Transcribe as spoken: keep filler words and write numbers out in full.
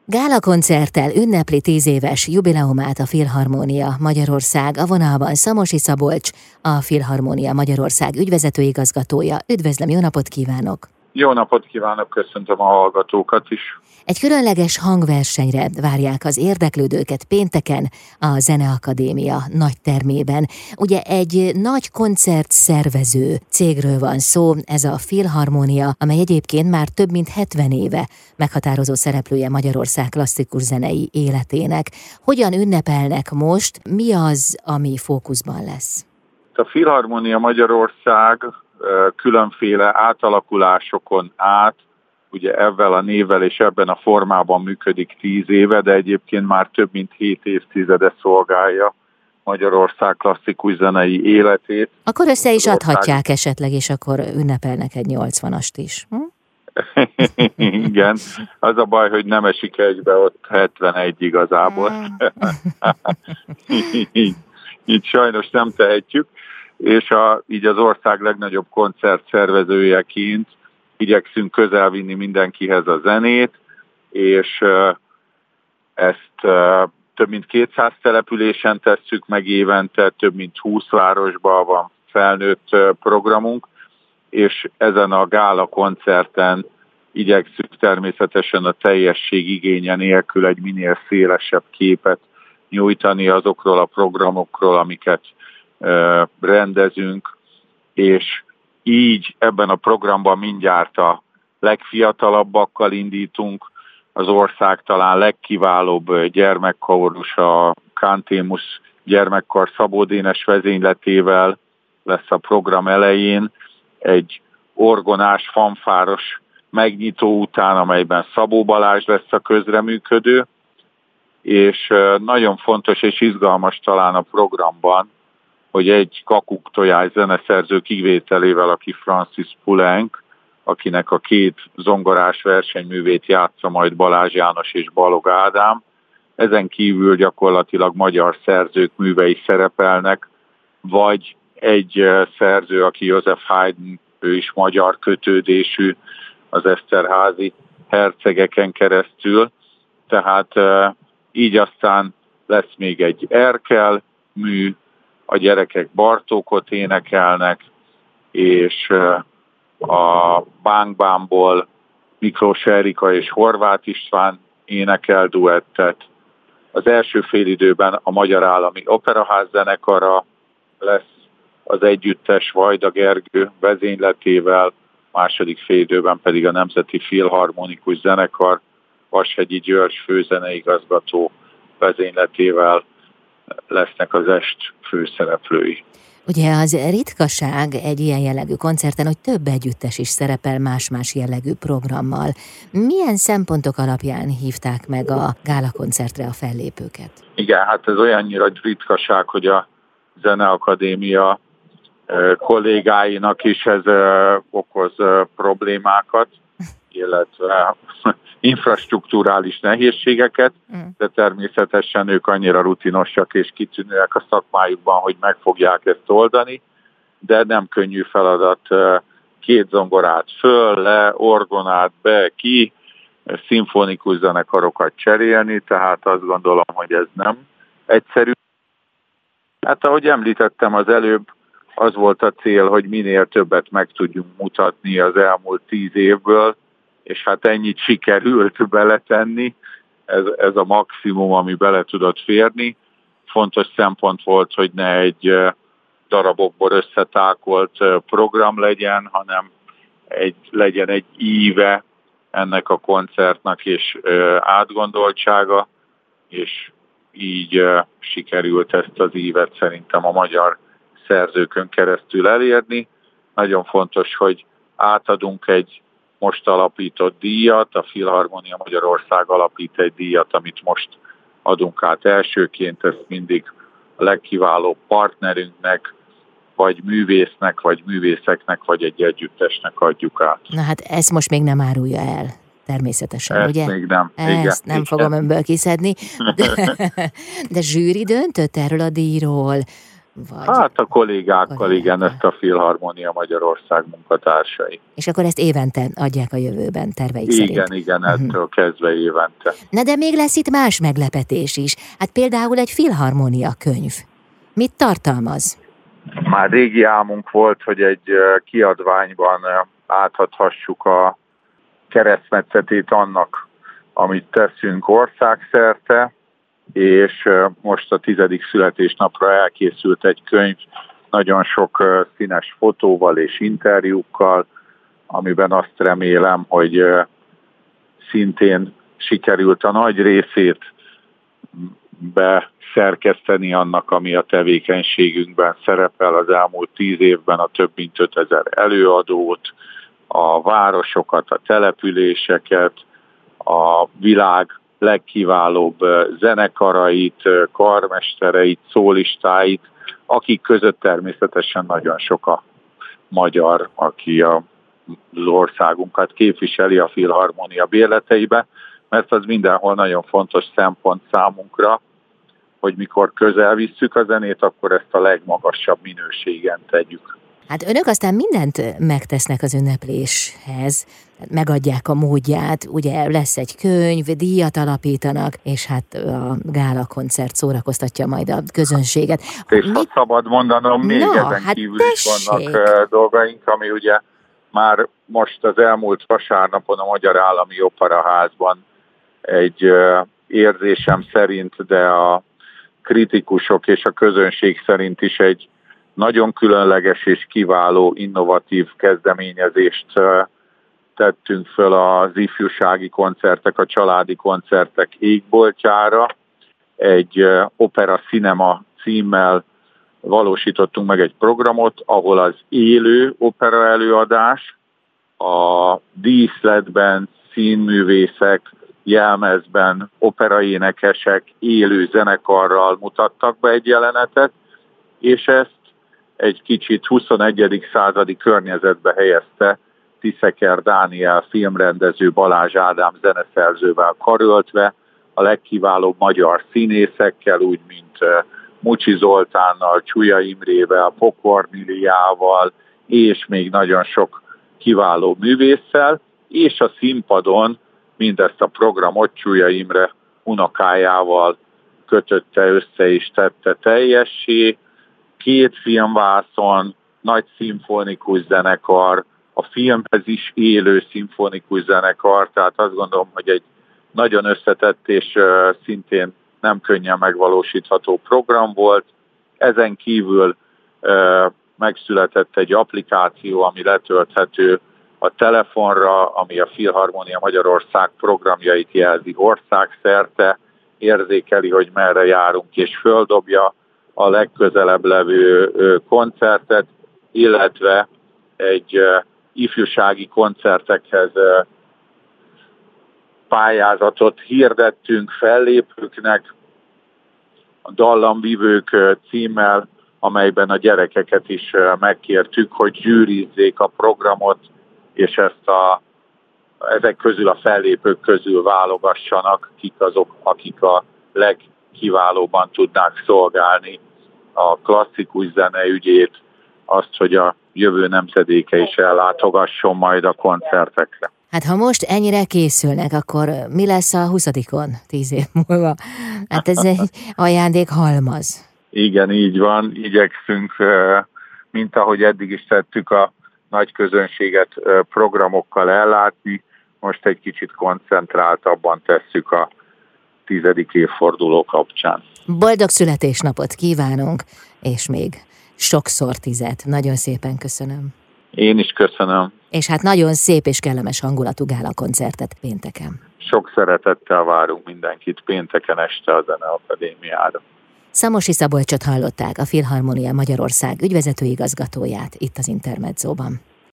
Gála koncerttel ünnepli tíz éves jubileumát a Filharmónia Magyarország, a vonalban Szamosi Szabolcs, a Filharmónia Magyarország ügyvezető igazgatója. Üdvözlöm, jó napot kívánok! Jó napot kívánok, köszöntöm a hallgatókat is! Egy különleges hangversenyre várják az érdeklődőket pénteken a Zeneakadémia nagy termében. Ugye egy nagy koncert szervező cégről van szó, ez a Filharmónia, amely egyébként már több mint hetven éve meghatározó szereplője Magyarország klasszikus zenei életének. Hogyan ünnepelnek most? Mi az, ami fókuszban lesz? A Filharmónia Magyarország különféle átalakulásokon át, ugye ebben a névvel és ebben a formában működik tíz éve, de egyébként már több mint hét évtizede szolgálja Magyarország klasszikus zenei életét. Akkor össze is adhatják esetleg, és akkor ünnepelnek egy nyolcvanast is. Hm? Igen, az a baj, hogy nem esik egybe ott hetvenegy igazából. így, így sajnos nem tehetjük, és a, így az ország legnagyobb koncertszervezőjeként igyekszünk közelvinni mindenkihez a zenét, és ezt több mint kétszáz településen tesszük meg évente, több mint húsz városban van felnőtt programunk, és ezen a gála koncerten igyekszünk természetesen a teljesség igénye nélkül egy minél szélesebb képet nyújtani azokról a programokról, amiket rendezünk, és így ebben a programban mindjárt a legfiatalabbakkal indítunk, az ország talán legkiválóbb gyermekkórus, a Cantémus gyermekkar Szabó Dénes vezényletével lesz a program elején, egy orgonás, fanfáros megnyitó után, amelyben Szabó Balázs lesz a közreműködő, és nagyon fontos és izgalmas talán a programban, hogy egy Kakuk Tojás zeneszerző kivételével, aki Francis Poulenc, akinek a két zongorás versenyművét játsza majd Balázs János és Balog Ádám. Ezen kívül gyakorlatilag magyar szerzők művei szerepelnek, vagy egy szerző, aki József Haydn, ő is magyar kötődésű, az Eszterházy hercegeken keresztül. Tehát így aztán lesz még egy Erkel mű, a gyerekek Bartókot énekelnek, és a Bang Bangból Miklós Erika és Horváth István énekel duettet. Az első félidőben a Magyar Állami Operaház zenekara lesz az együttes Vajda Gergő vezényletével, második félidőben pedig a Nemzeti Filharmonikus Zenekar Vashegyi György főzeneigazgató vezényletével lesznek az est főszereplői. Ugye az ritkaság egy ilyen jellegű koncerten, hogy több együttes is szerepel más-más jellegű programmal. Milyen szempontok alapján hívták meg a gála koncertre a fellépőket? Igen, hát ez olyannyira ritkaság, hogy a Zeneakadémia kollégáinak is ez okoz problémákat, illetve infrastrukturális nehézségeket, de természetesen ők annyira rutinosak és kitűnőek a szakmájukban, hogy meg fogják ezt oldani, de nem könnyű feladat két zongorát föl, le, orgonát be, ki, szimfonikus zenekarokat cserélni, tehát azt gondolom, hogy ez nem egyszerű. Hát ahogy említettem az előbb, az volt a cél, hogy minél többet meg tudjunk mutatni az elmúlt tíz évből, és hát ennyit sikerült beletenni, ez, ez a maximum, ami bele tudott férni. Fontos szempont volt, hogy ne egy darabokból összetákolt program legyen, hanem egy, legyen egy íve ennek a koncertnak és átgondoltsága, és így sikerült ezt az ívet szerintem a magyar szerzőkön keresztül elérni. Nagyon fontos, hogy átadunk egy most alapított díjat, a Filharmónia Magyarország alapít egy díjat, amit most adunk át elsőként, ezt mindig a legkiválóbb partnerünknek, vagy művésznek, vagy művészeknek, vagy egy együttesnek adjuk át. Na hát ezt most még nem árulja el, természetesen, ezt ugye? még nem. Ezt igen, nem igen. fogom önből kiszedni. De, de zsűri döntött erről a díjról, Vagy hát a kollégákkal, kollégákkal. Igen, ezt a Filharmonia Magyarország munkatársai. És akkor ezt évente adják a jövőben, terveik szerint. Igen, igen, ettől kezdve évente. Na de még lesz itt más meglepetés is. Hát például egy Filharmonia könyv. Mit tartalmaz? Már régi álmunk volt, hogy egy kiadványban átadhassuk a keresztmetszetét annak, amit teszünk országszerte, és most a tizedik születésnapra elkészült egy könyv, nagyon sok színes fotóval és interjúkkal, amiben azt remélem, hogy szintén sikerült a nagy részét beszerkeszteni annak, ami a tevékenységünkben szerepel az elmúlt tíz évben, a több mint ötezer előadót, a városokat, a településeket, a világ legkiválóbb zenekarait, karmestereit, szólistáit, akik között természetesen nagyon sok a magyar, aki az országunkat képviseli a Filharmonia bérleteibe, mert az mindenhol nagyon fontos szempont számunkra, hogy mikor közel visszük a zenét, akkor ezt a legmagasabb minőségen tegyük. Hát önök aztán mindent megtesznek az ünnepléshez, megadják a módját, ugye lesz egy könyv, díjat alapítanak, és hát a gála koncert szórakoztatja majd a közönséget. És Mit... ha szabad mondanom, még no, ezen hát kívül tessék. is vannak dolgaink, ami ugye már most az elmúlt vasárnapon a Magyar Állami Operaházban egy érzésem szerint, de a kritikusok és a közönség szerint is egy nagyon különleges és kiváló, innovatív kezdeményezést tettünk föl az ifjúsági koncertek, a családi koncertek égboltjára. Egy opera cinema címmel valósítottunk meg egy programot, ahol az élő opera előadás, a díszletben színművészek, jelmezben operaénekesek élő zenekarral mutattak be egy jelenetet, és ezt egy kicsit huszonegyedik századi környezetbe helyezte Tiszeker Dániel filmrendező, Balázs Ádám zeneszerzővel karöltve, a legkiválóbb magyar színészekkel, úgy mint Mucsi Zoltánnal, Csúlya Imrével, Pokorniliával, és még nagyon sok kiváló művésszel, és a színpadon mindezt a programot Csúlya Imre unokájával kötötte össze és tette teljessé. Két filmvászon, nagy szimfonikus zenekar, a filmhez is élő szimfonikus zenekar, tehát azt gondolom, hogy egy nagyon összetett és uh, szintén nem könnyen megvalósítható program volt. Ezen kívül uh, megszületett egy applikáció, ami letölthető a telefonra, ami a Filharmonia Magyarország programjait jelzi országszerte, érzékeli, hogy merre járunk, és földobja a legközelebb levő koncertet, illetve egy uh, ifjúsági koncertekhez uh, pályázatot hirdettünk fellépőknek, a Dallamvivők uh, címmel, amelyben a gyerekeket is uh, megkértük, hogy zsűrizzék a programot, és ezt a, ezek közül a fellépők közül válogassanak, kik azok, akik a legkiválóbban tudnák szolgálni a klasszikus zene ügyét, azt, hogy a jövő nemzedéke is ellátogasson majd a koncertekre. Hát ha most ennyire készülnek, akkor mi lesz a huszadikon, tíz év múlva? Hát ez egy ajándékhalmaz. Igen, így van. Igyekszünk, mint ahogy eddig is tettük, a nagy közönséget programokkal ellátni. Most egy kicsit koncentráltabban tesszük a tizedik évforduló kapcsán. Boldog születésnapot kívánunk, és még sokszor tizet. Nagyon szépen köszönöm. Én is köszönöm. És hát nagyon szép és kellemes hangulatú gála koncertet pénteken. Sok szeretettel várunk mindenkit pénteken este a Zeneakadémiára. Szamosi Szabolcsot hallották, a Filharmonia Magyarország ügyvezető igazgatóját itt az Intermedzóban.